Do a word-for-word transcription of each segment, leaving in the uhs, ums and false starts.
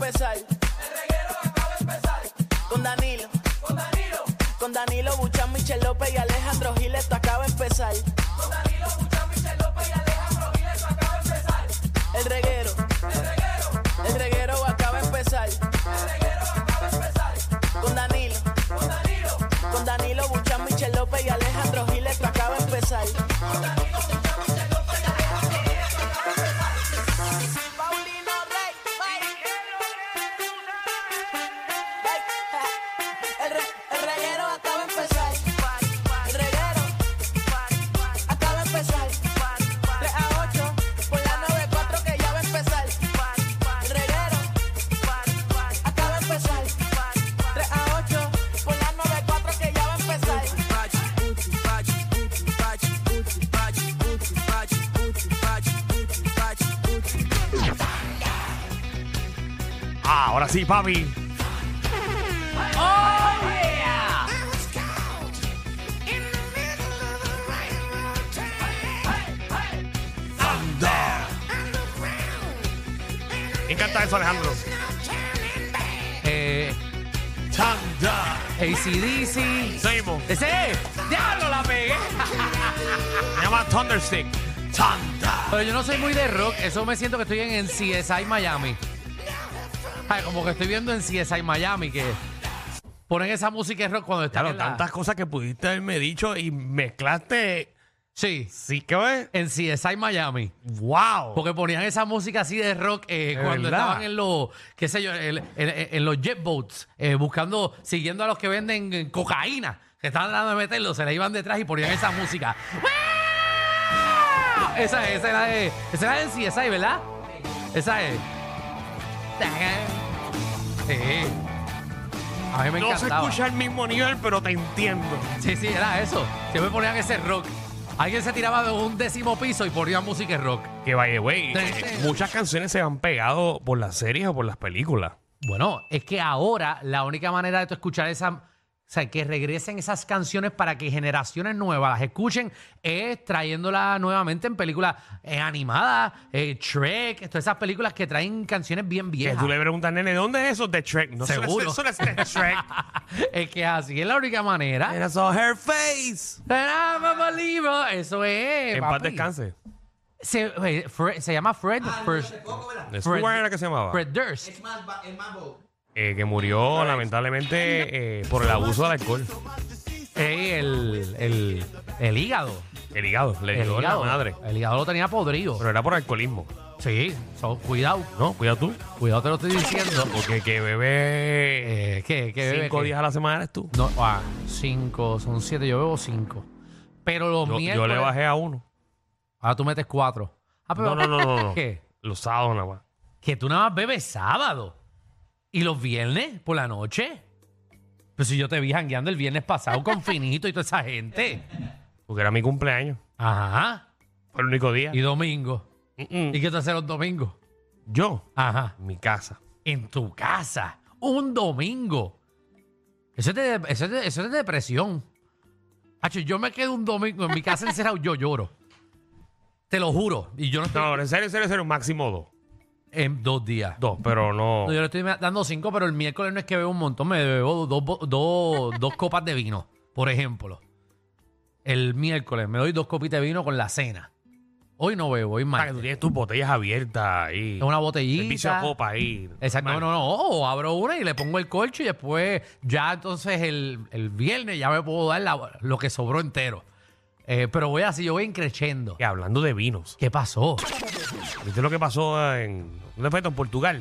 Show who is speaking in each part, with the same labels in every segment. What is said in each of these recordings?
Speaker 1: empezar. El reguero acaba de empezar. Con Danilo, con Danilo, con Danilo Buchan, Michel López y Alejandro Gil, esto acaba de empezar. Con Danilo Buchan, Michel López y Alejandro Gil, esto acaba de empezar. El reguero, el reguero, el reguero acaba de empezar. El reguero acaba de empezar. Con Danilo, con Danilo, con Danilo Buchan, Michel López y Alejandro Gil, esto acaba de empezar. Con Danilo Buchan, Michel López y Alejandro Gil, esto acaba de empezar. Paulino Rey, el, re, el reguero acaba de empezar. El reguero acaba de empezar. tres a ocho por la noventa y cuatro que ya va a empezar. El reguero acaba de empezar. tres a ocho por la noventa y cuatro que ya va a empezar.
Speaker 2: Ah, ahora sí, papi. Me encanta eso, Alejandro.
Speaker 3: Eh,
Speaker 2: Chanda.
Speaker 3: A C D C.
Speaker 2: Seguimos.
Speaker 3: ¡Ese es! ¡Diablo, la pegué!
Speaker 2: Se llama Thunderstick. Chanda.
Speaker 3: Pero yo no soy muy de rock. Eso me siento que estoy en, en C S I Miami. Ay, como que estoy viendo en C S I Miami que ponen esa música de rock cuando están
Speaker 2: Claro,
Speaker 3: en la...
Speaker 2: tantas cosas que pudiste haberme dicho y mezclaste.
Speaker 3: Sí,
Speaker 2: Sí, ¿qué ves?
Speaker 3: en C S I Miami.
Speaker 2: ¡Wow!
Speaker 3: Porque ponían esa música así de rock eh,
Speaker 2: ¿De
Speaker 3: cuando
Speaker 2: verdad?
Speaker 3: estaban en los, qué sé yo, en, en- en los jet boats, eh, buscando, siguiendo a los que venden eh, cocaína, que estaban tratando de meterlo, se le iban detrás y ponían esa música. ¡Wow! Esa, esa era de, esa era de C S I, ¿verdad? Esa es. Sí. A mí me
Speaker 2: No se
Speaker 3: encantaba.
Speaker 2: escucha al mismo nivel, pero te entiendo.
Speaker 3: Sí, sí, era eso. Siempre ponían ese rock. Alguien se tiraba de un décimo piso y ponía música de rock.
Speaker 2: Que vaya, güey.
Speaker 3: Sí,
Speaker 2: eh,
Speaker 3: sí.
Speaker 2: Muchas canciones se han pegado por las series o por las películas.
Speaker 3: Bueno, es que ahora la única manera de tú escuchar esa, o sea, que regresen esas canciones para que generaciones nuevas las escuchen es trayéndolas nuevamente en películas eh, animadas, eh, Shrek, todas esas películas que traen canciones bien
Speaker 2: Que
Speaker 3: viejas.
Speaker 2: tú le preguntas, nene, ¿de dónde es eso? De Shrek. No, eso no es-
Speaker 3: Seguro.
Speaker 2: Eso no es de Shrek.
Speaker 3: Es que así es la única manera.
Speaker 2: And I saw her face.
Speaker 3: And I'm a believer. Eso es.
Speaker 2: En
Speaker 3: papi.
Speaker 2: paz descanse.
Speaker 3: Se, eh, Fred- se llama Fred. First-
Speaker 2: ¿De
Speaker 3: Fred-
Speaker 2: Stewart era que se llamaba?
Speaker 3: Fred Durst.
Speaker 2: Eh, que murió lamentablemente eh, por el abuso del alcohol.
Speaker 3: Eh, el, el, el hígado.
Speaker 2: El hígado, le
Speaker 3: El
Speaker 2: dio la
Speaker 3: hígado.
Speaker 2: madre.
Speaker 3: El hígado lo tenía podrido.
Speaker 2: Pero era por alcoholismo.
Speaker 3: Sí, so, cuidado.
Speaker 2: No, cuida tú.
Speaker 3: Cuidado, te lo estoy diciendo.
Speaker 2: Porque que bebe
Speaker 3: Eh, ¿Qué? ¿Qué bebé?
Speaker 2: cinco
Speaker 3: ¿Qué?
Speaker 2: días a la semana eres tú.
Speaker 3: No, ah, cinco, son siete, yo bebo cinco. Pero los
Speaker 2: Yo, yo
Speaker 3: miércoles...
Speaker 2: le bajé a uno.
Speaker 3: Ahora tú metes cuatro. Ah, pero...
Speaker 2: No, no, no, no. no.
Speaker 3: ¿Qué?
Speaker 2: Los sábados nada más.
Speaker 3: Que tú nada más bebes sábado. ¿Y los viernes por la noche? Pues si yo te vi jangueando el viernes pasado con Finito y toda esa gente.
Speaker 2: Porque era mi cumpleaños.
Speaker 3: Ajá.
Speaker 2: Fue el único día.
Speaker 3: Y domingo.
Speaker 2: Mm-mm.
Speaker 3: ¿Y qué te haces los domingos?
Speaker 2: Yo,
Speaker 3: Ajá.
Speaker 2: en mi casa.
Speaker 3: En tu casa. Un domingo. Eso es de, eso es de- eso es de depresión. Hacho, yo me quedo un domingo en mi casa encerrado, yo lloro. Te lo juro. Y yo no estoy
Speaker 2: No, en serio, en serio, en serio, máximo dos.
Speaker 3: en dos días.
Speaker 2: Dos, pero no.
Speaker 3: No, yo le estoy dando cinco, pero el miércoles no es que bebo un montón, me bebo dos, bo- dos, dos copas de vino, por ejemplo. El miércoles me doy dos copitas de vino con la cena. Hoy no bebo, hoy
Speaker 2: Ah,
Speaker 3: más.
Speaker 2: que tú tienes tus botellas abiertas ahí.
Speaker 3: Una botellita.
Speaker 2: Servicio de copa ahí.
Speaker 3: Exacto. No,
Speaker 2: Mal.
Speaker 3: no, no. O abro una y le pongo el corcho y después ya entonces el, el viernes ya me puedo dar la- lo que sobró entero. Eh, pero voy así, yo voy increciendo.
Speaker 2: Y hablando de vinos,
Speaker 3: ¿Qué pasó?
Speaker 2: ¿viste lo que pasó en. ¿Dónde fue esto? En Portugal?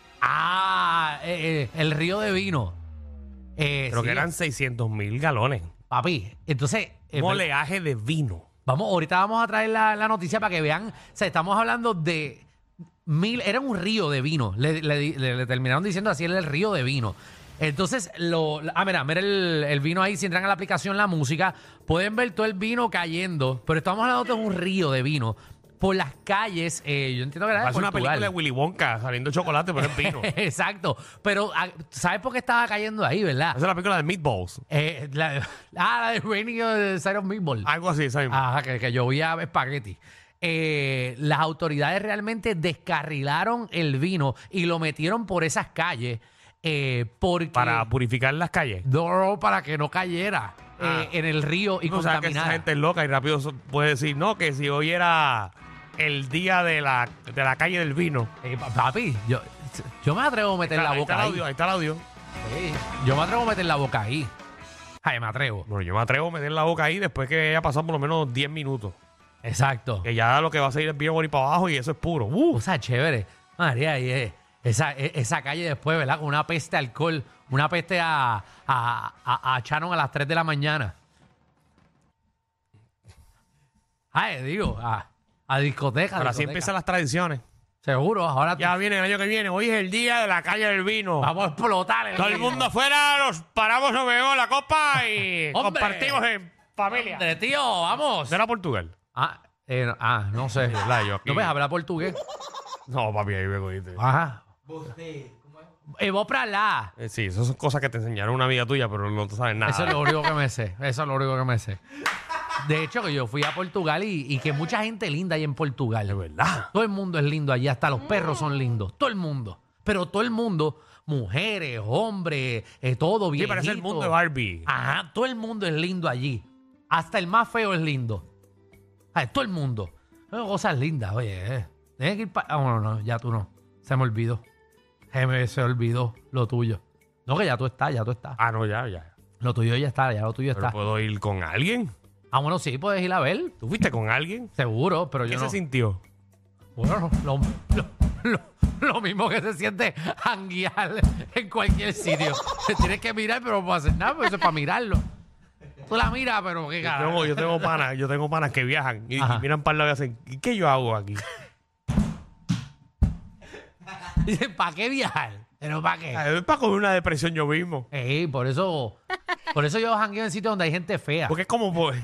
Speaker 3: Ah, eh, eh, el río de vino. Eh,
Speaker 2: Creo
Speaker 3: sí,
Speaker 2: que eran seiscientos mil galones.
Speaker 3: Papi, entonces... eh,
Speaker 2: Un oleaje de vino.
Speaker 3: Vamos, ahorita vamos a traer la, la noticia para que vean. O sea, estamos hablando de mil, era un río de vino. Le, le- le- le terminaron diciendo así, era el río de vino. Entonces, lo, ah, mira, mira el, el vino ahí, si entran a la aplicación La Música, pueden ver todo el vino cayendo, pero estamos hablando de un río de vino por las calles, eh, yo entiendo que era de
Speaker 2: Parece una
Speaker 3: Portugal.
Speaker 2: película de Willy Wonka saliendo chocolate, pero es vino. Esa
Speaker 3: Exacto, pero ah, ¿sabes por qué estaba cayendo ahí, verdad?
Speaker 2: es la película de Meatballs.
Speaker 3: Eh, la, ah, la de Raining Side of Meatball.
Speaker 2: Algo así, ¿sabes?
Speaker 3: Ajá, que, que llovía espagueti. eh, las autoridades realmente descarrilaron el vino y lo metieron por esas calles eh, porque...
Speaker 2: Para purificar las calles.
Speaker 3: No, para que no cayera
Speaker 2: Ah.
Speaker 3: eh, en el río y
Speaker 2: O sea, que esa
Speaker 3: contaminara.
Speaker 2: gente es loca y rápido so- puede decir, no, que si hoy era el día de la, de la calle del vino.
Speaker 3: Eh, pa- papi, yo, yo me atrevo a meter la
Speaker 2: Ahí está
Speaker 3: boca
Speaker 2: el
Speaker 3: ahí.
Speaker 2: audio, ahí está el audio.
Speaker 3: Sí, yo me atrevo a meter la boca ahí. Ay, me atrevo.
Speaker 2: Bueno, yo me atrevo a meter la boca ahí después que haya pasado por lo menos diez minutos.
Speaker 3: Exacto.
Speaker 2: Que ya lo que va a seguir es vino por ahí para abajo y eso es puro. Uh.
Speaker 3: Cosa chévere. María, y eh, esa, e- esa calle después, ¿verdad? Con una peste de alcohol, una peste a, a, a, a Shannon a las tres de la mañana. Ay, digo, a, a discoteca.
Speaker 2: Pero así
Speaker 3: discoteca.
Speaker 2: empiezan las tradiciones.
Speaker 3: Seguro, ahora
Speaker 2: Ya viene el año que viene. Hoy es el día de la calle del vino.
Speaker 3: vamos a explotar.
Speaker 2: Todo el mundo afuera, nos paramos, nos bebemos la copa y
Speaker 3: ¡Hombre!
Speaker 2: compartimos en familia.
Speaker 3: Hombre, tío, vamos.
Speaker 2: ¿Será Portugal?
Speaker 3: Ah, eh, no- ah, no sé.
Speaker 2: ¿Verdad? Yo aquí-
Speaker 3: ¿No ves hablar portugués?
Speaker 2: No, papi, ahí me cogiste.
Speaker 3: Ajá. Eh, vos para lá.
Speaker 2: Eh, sí, esas son cosas que te enseñaron una amiga tuya, pero no tú sabes nada.
Speaker 3: Eso es lo único que me sé. Eso es lo único que me sé. De hecho, que yo fui a Portugal y, y que mucha gente linda hay en Portugal.
Speaker 2: De verdad.
Speaker 3: Todo el mundo es lindo allí, hasta los perros son lindos. Todo el mundo. Pero todo el mundo, mujeres, hombres, eh, todo bien.
Speaker 2: Sí, parece el mundo de Barbie.
Speaker 3: Ajá, todo el mundo es lindo allí. Hasta el más feo es lindo. Ay, todo el mundo. Son cosas lindas, oye. Eh. Tienes que ir para... Ah, bueno, no, ya tú no. Se me olvidó. Se me se olvidó lo tuyo. No, que ya tú estás, ya tú estás.
Speaker 2: Ah, no, ya, ya.
Speaker 3: Lo tuyo ya está, ya lo tuyo
Speaker 2: Pero
Speaker 3: está.
Speaker 2: puedo ir con alguien.
Speaker 3: Ah, bueno, sí, puedes ir a ver.
Speaker 2: ¿Tú fuiste con alguien?
Speaker 3: Seguro, pero
Speaker 2: ¿Qué
Speaker 3: yo
Speaker 2: se
Speaker 3: no.
Speaker 2: sintió?
Speaker 3: Bueno, lo, lo, lo, lo mismo que se siente janguear en cualquier sitio. Te tienes que mirar, pero no puedo hacer nada, porque eso es para mirarlo. Tú la miras, pero qué
Speaker 2: Yo
Speaker 3: carajo.
Speaker 2: tengo, yo tengo panas, yo tengo panas que viajan y, y
Speaker 3: Ajá.
Speaker 2: miran para el lado y hacen, ¿y qué yo hago aquí?
Speaker 3: Dicen, ¿para qué viajar? ¿Pero para qué?
Speaker 2: Es para comer una depresión yo mismo.
Speaker 3: Ey, por eso, por eso yo jangueo en sitios donde hay gente fea.
Speaker 2: Porque es como, pues,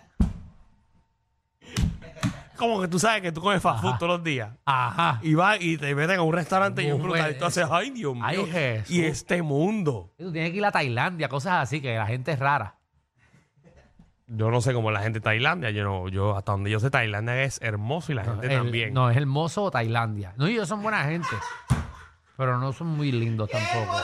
Speaker 2: como que tú sabes que tú comes fast food
Speaker 3: Ajá.
Speaker 2: todos los días.
Speaker 3: Ajá.
Speaker 2: Y vas y te meten a un restaurante y es
Speaker 3: No
Speaker 2: brutal. Y tú
Speaker 3: puede
Speaker 2: haces, ay, Dios mío.
Speaker 3: Ay, Jesús.
Speaker 2: Y este mundo.
Speaker 3: Tú tienes que ir a Tailandia, cosas así, que la gente es rara.
Speaker 2: Yo no sé cómo es la gente de Tailandia. Yo no, yo hasta donde yo sé, Tailandia es hermoso y la gente
Speaker 3: El-
Speaker 2: también.
Speaker 3: No, es hermoso Tailandia. No, ellos son buena gente. Pero no son muy lindos tampoco.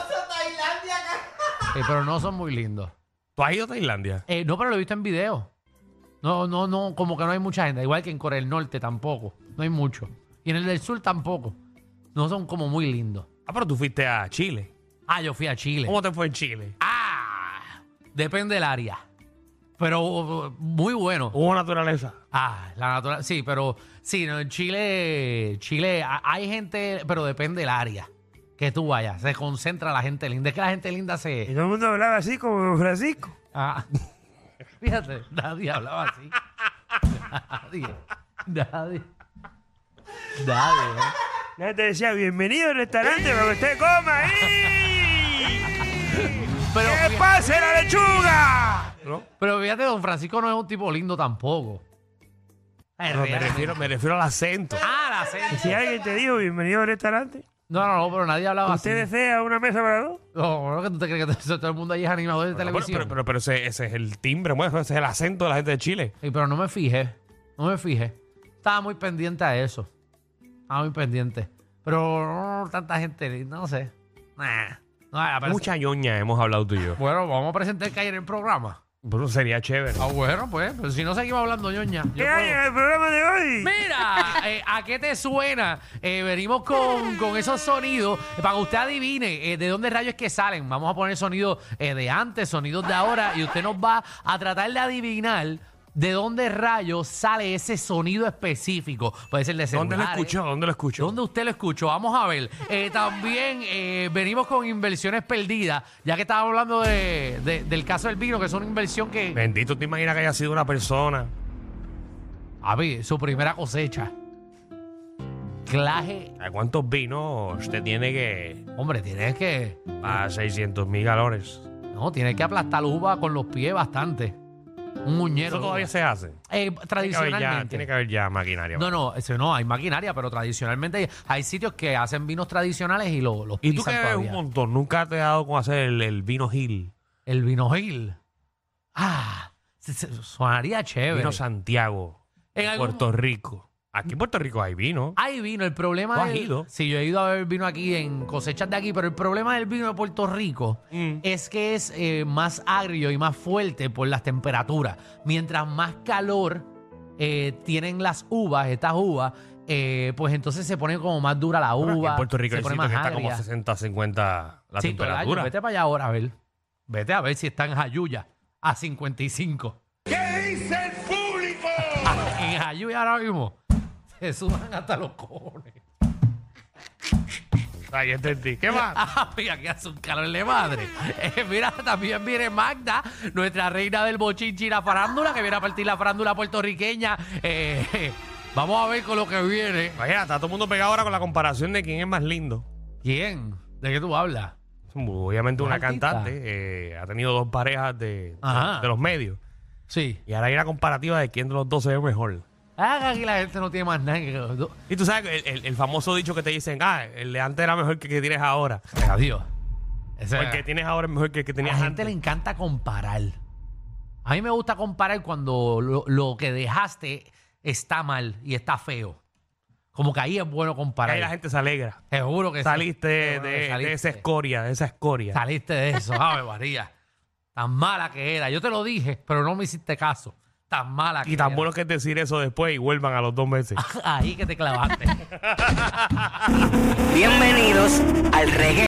Speaker 3: Eh, pero no son muy lindos.
Speaker 2: ¿Tú has ido a Tailandia?
Speaker 3: Eh, no, pero lo he visto en video. No, no, no, como que no hay mucha gente. Igual que en Corea del Norte tampoco. No hay mucho. Y en el del sur tampoco. No son como muy lindos.
Speaker 2: Ah, pero tú fuiste a Chile.
Speaker 3: Ah, yo fui a Chile.
Speaker 2: ¿Cómo te fue en Chile?
Speaker 3: Ah, depende del área. Pero uh, muy bueno.
Speaker 2: ¿Hubo naturaleza?
Speaker 3: Ah, la naturaleza. Sí, pero sí, no, en Chile, Chile a- hay gente, pero depende del área que tú vayas. Se concentra la gente linda. Es que la gente linda se.
Speaker 2: todo el mundo hablaba así como Francisco.
Speaker 3: Ah, fíjate, nadie hablaba así. Nadie. Nadie. Nadie. ¿eh?
Speaker 2: La gente decía, bienvenido al restaurante para que usted coma ahí.
Speaker 3: Pero,
Speaker 2: ¡Que
Speaker 3: fíjate,
Speaker 2: pase la lechuga! ¿No?
Speaker 3: pero fíjate, don Francisco no es un tipo lindo tampoco. Ay,
Speaker 2: No, me,
Speaker 3: realmente.
Speaker 2: refiero, me refiero al acento.
Speaker 3: Ah, la acento.
Speaker 2: alguien te dijo, bienvenido al restaurante,
Speaker 3: No, no, no, pero nadie hablaba así.
Speaker 2: desea una mesa para dos?
Speaker 3: No, no, que tú te crees que todo todo el mundo allí es animador de
Speaker 2: Pero,
Speaker 3: televisión.
Speaker 2: pero, pero, pero ese, ese es el timbre, pues, ese es el acento de la gente de Chile.
Speaker 3: Sí, pero no me fijé. No me fijé. Estaba muy pendiente a eso. Estaba muy pendiente. Pero no, tanta gente, no sé. Nah. No, la pers-
Speaker 2: Mucha ñoña hemos hablado tú y yo.
Speaker 3: Bueno, vamos a presentar que hay en el programa.
Speaker 2: Pero sería chévere.
Speaker 3: Ah, bueno, pues. Pero si no seguimos hablando, ñoña. yo puedo.
Speaker 2: el programa de hoy?
Speaker 3: Mira, eh, ¿a qué te suena? Eh, venimos con, con esos sonidos eh, para que usted adivine eh, de dónde rayos es que salen. Vamos a poner sonidos eh, de antes, sonidos de ahora, y usted nos va a tratar de adivinar de dónde rayos sale ese sonido específico. Puede ser de
Speaker 2: ¿Dónde lo
Speaker 3: celulares.
Speaker 2: escuchó? ¿Dónde lo escuchó?
Speaker 3: ¿Dónde usted lo escuchó? Vamos a ver. Eh, también eh, venimos con inversiones perdidas, ya que estábamos hablando de, de- del caso del vino, que es una inversión que...
Speaker 2: Bendito, ¿te imaginas que haya sido una persona?
Speaker 3: A ver, su primera cosecha. Claje.
Speaker 2: ¿A cuántos vinos usted tiene que...?
Speaker 3: Hombre, tienes que...
Speaker 2: A seiscientos mil galones.
Speaker 3: No, tienes que aplastar uva con los pies bastante. Un muñero.
Speaker 2: Eso todavía se hace.
Speaker 3: Eh,
Speaker 2: Tiene que haber ya,
Speaker 3: tradicionalmente.
Speaker 2: tiene que haber ya maquinaria.
Speaker 3: No, no, eso no, hay maquinaria, pero tradicionalmente hay, hay sitios que hacen vinos tradicionales y lo- los
Speaker 2: Y tú que
Speaker 3: pisan
Speaker 2: bebes un
Speaker 3: todavía.
Speaker 2: montón, nunca te has dado con hacer el, el vino Gil,
Speaker 3: El vino Gil. Ah, se- se- sonaría chévere.
Speaker 2: vino Santiago,
Speaker 3: En algún-
Speaker 2: Puerto Rico. Aquí en Puerto Rico hay vino.
Speaker 3: Hay vino, el problema
Speaker 2: ¿Tú has
Speaker 3: del-
Speaker 2: ido?
Speaker 3: Sí, yo he ido a ver vino aquí en cosechas de aquí, pero el problema del vino de Puerto Rico
Speaker 2: Mm.
Speaker 3: es que es eh, más agrio y más fuerte por las temperaturas. Mientras más calor eh, tienen las uvas, estas uvas, eh, pues entonces se pone como más dura la
Speaker 2: Bueno, aquí
Speaker 3: uva.
Speaker 2: en Puerto Rico
Speaker 3: se
Speaker 2: hay
Speaker 3: pone
Speaker 2: sitios
Speaker 3: más
Speaker 2: que está como
Speaker 3: agria.
Speaker 2: sesenta, cincuenta la
Speaker 3: Sí, todo el año.
Speaker 2: temperatura.
Speaker 3: Vete para allá ahora a ver. Vete a ver si está en Jayuya a cincuenta y cinco.
Speaker 4: ¿Qué dice el público?
Speaker 3: En Jayuya ahora mismo se sudan hasta los cojones.
Speaker 2: Ahí entendí. ¿Qué más?
Speaker 3: Ah, mira, que hace un calor de madre. Eh, mira, también viene Magda, nuestra reina del bochinchi y la farándula, que viene a partir la farándula puertorriqueña. Eh, eh, vamos a ver con lo que viene.
Speaker 2: Imagínate, está todo el mundo pegado ahora con la comparación de quién es más lindo.
Speaker 3: ¿Quién? ¿De qué tú hablas?
Speaker 2: Obviamente una
Speaker 3: ¿Un artista?
Speaker 2: cantante eh, ha tenido dos parejas de, de,
Speaker 3: Ajá.
Speaker 2: de los medios.
Speaker 3: Sí.
Speaker 2: Y ahora hay una comparativa de quién de los dos se ve mejor.
Speaker 3: Ah, aquí la gente no tiene más nada que...
Speaker 2: Y tú sabes el, el- el famoso dicho que te dicen, ah, el de antes era mejor que el que tienes ahora.
Speaker 3: Adiós. Ese-
Speaker 2: O el que tienes ahora es mejor que el que
Speaker 3: a la
Speaker 2: tenías
Speaker 3: gente
Speaker 2: antes.
Speaker 3: le encanta comparar. A mí me gusta comparar cuando lo, lo que dejaste está mal y está feo. Como que ahí es bueno comparar.
Speaker 2: Ahí la gente se alegra.
Speaker 3: Seguro que sí.
Speaker 2: Saliste de,
Speaker 3: Seguro que
Speaker 2: de- de
Speaker 3: saliste.
Speaker 2: esa escoria, de esa escoria.
Speaker 3: Saliste de eso, Ave María. Tan mala que era. Yo te lo dije, pero no me hiciste caso. Tan mala que
Speaker 2: Y tan
Speaker 3: era.
Speaker 2: bueno que es decir eso después y vuelvan a los dos meses.
Speaker 3: Ahí que te clavaste.
Speaker 5: Bienvenidos al reguero.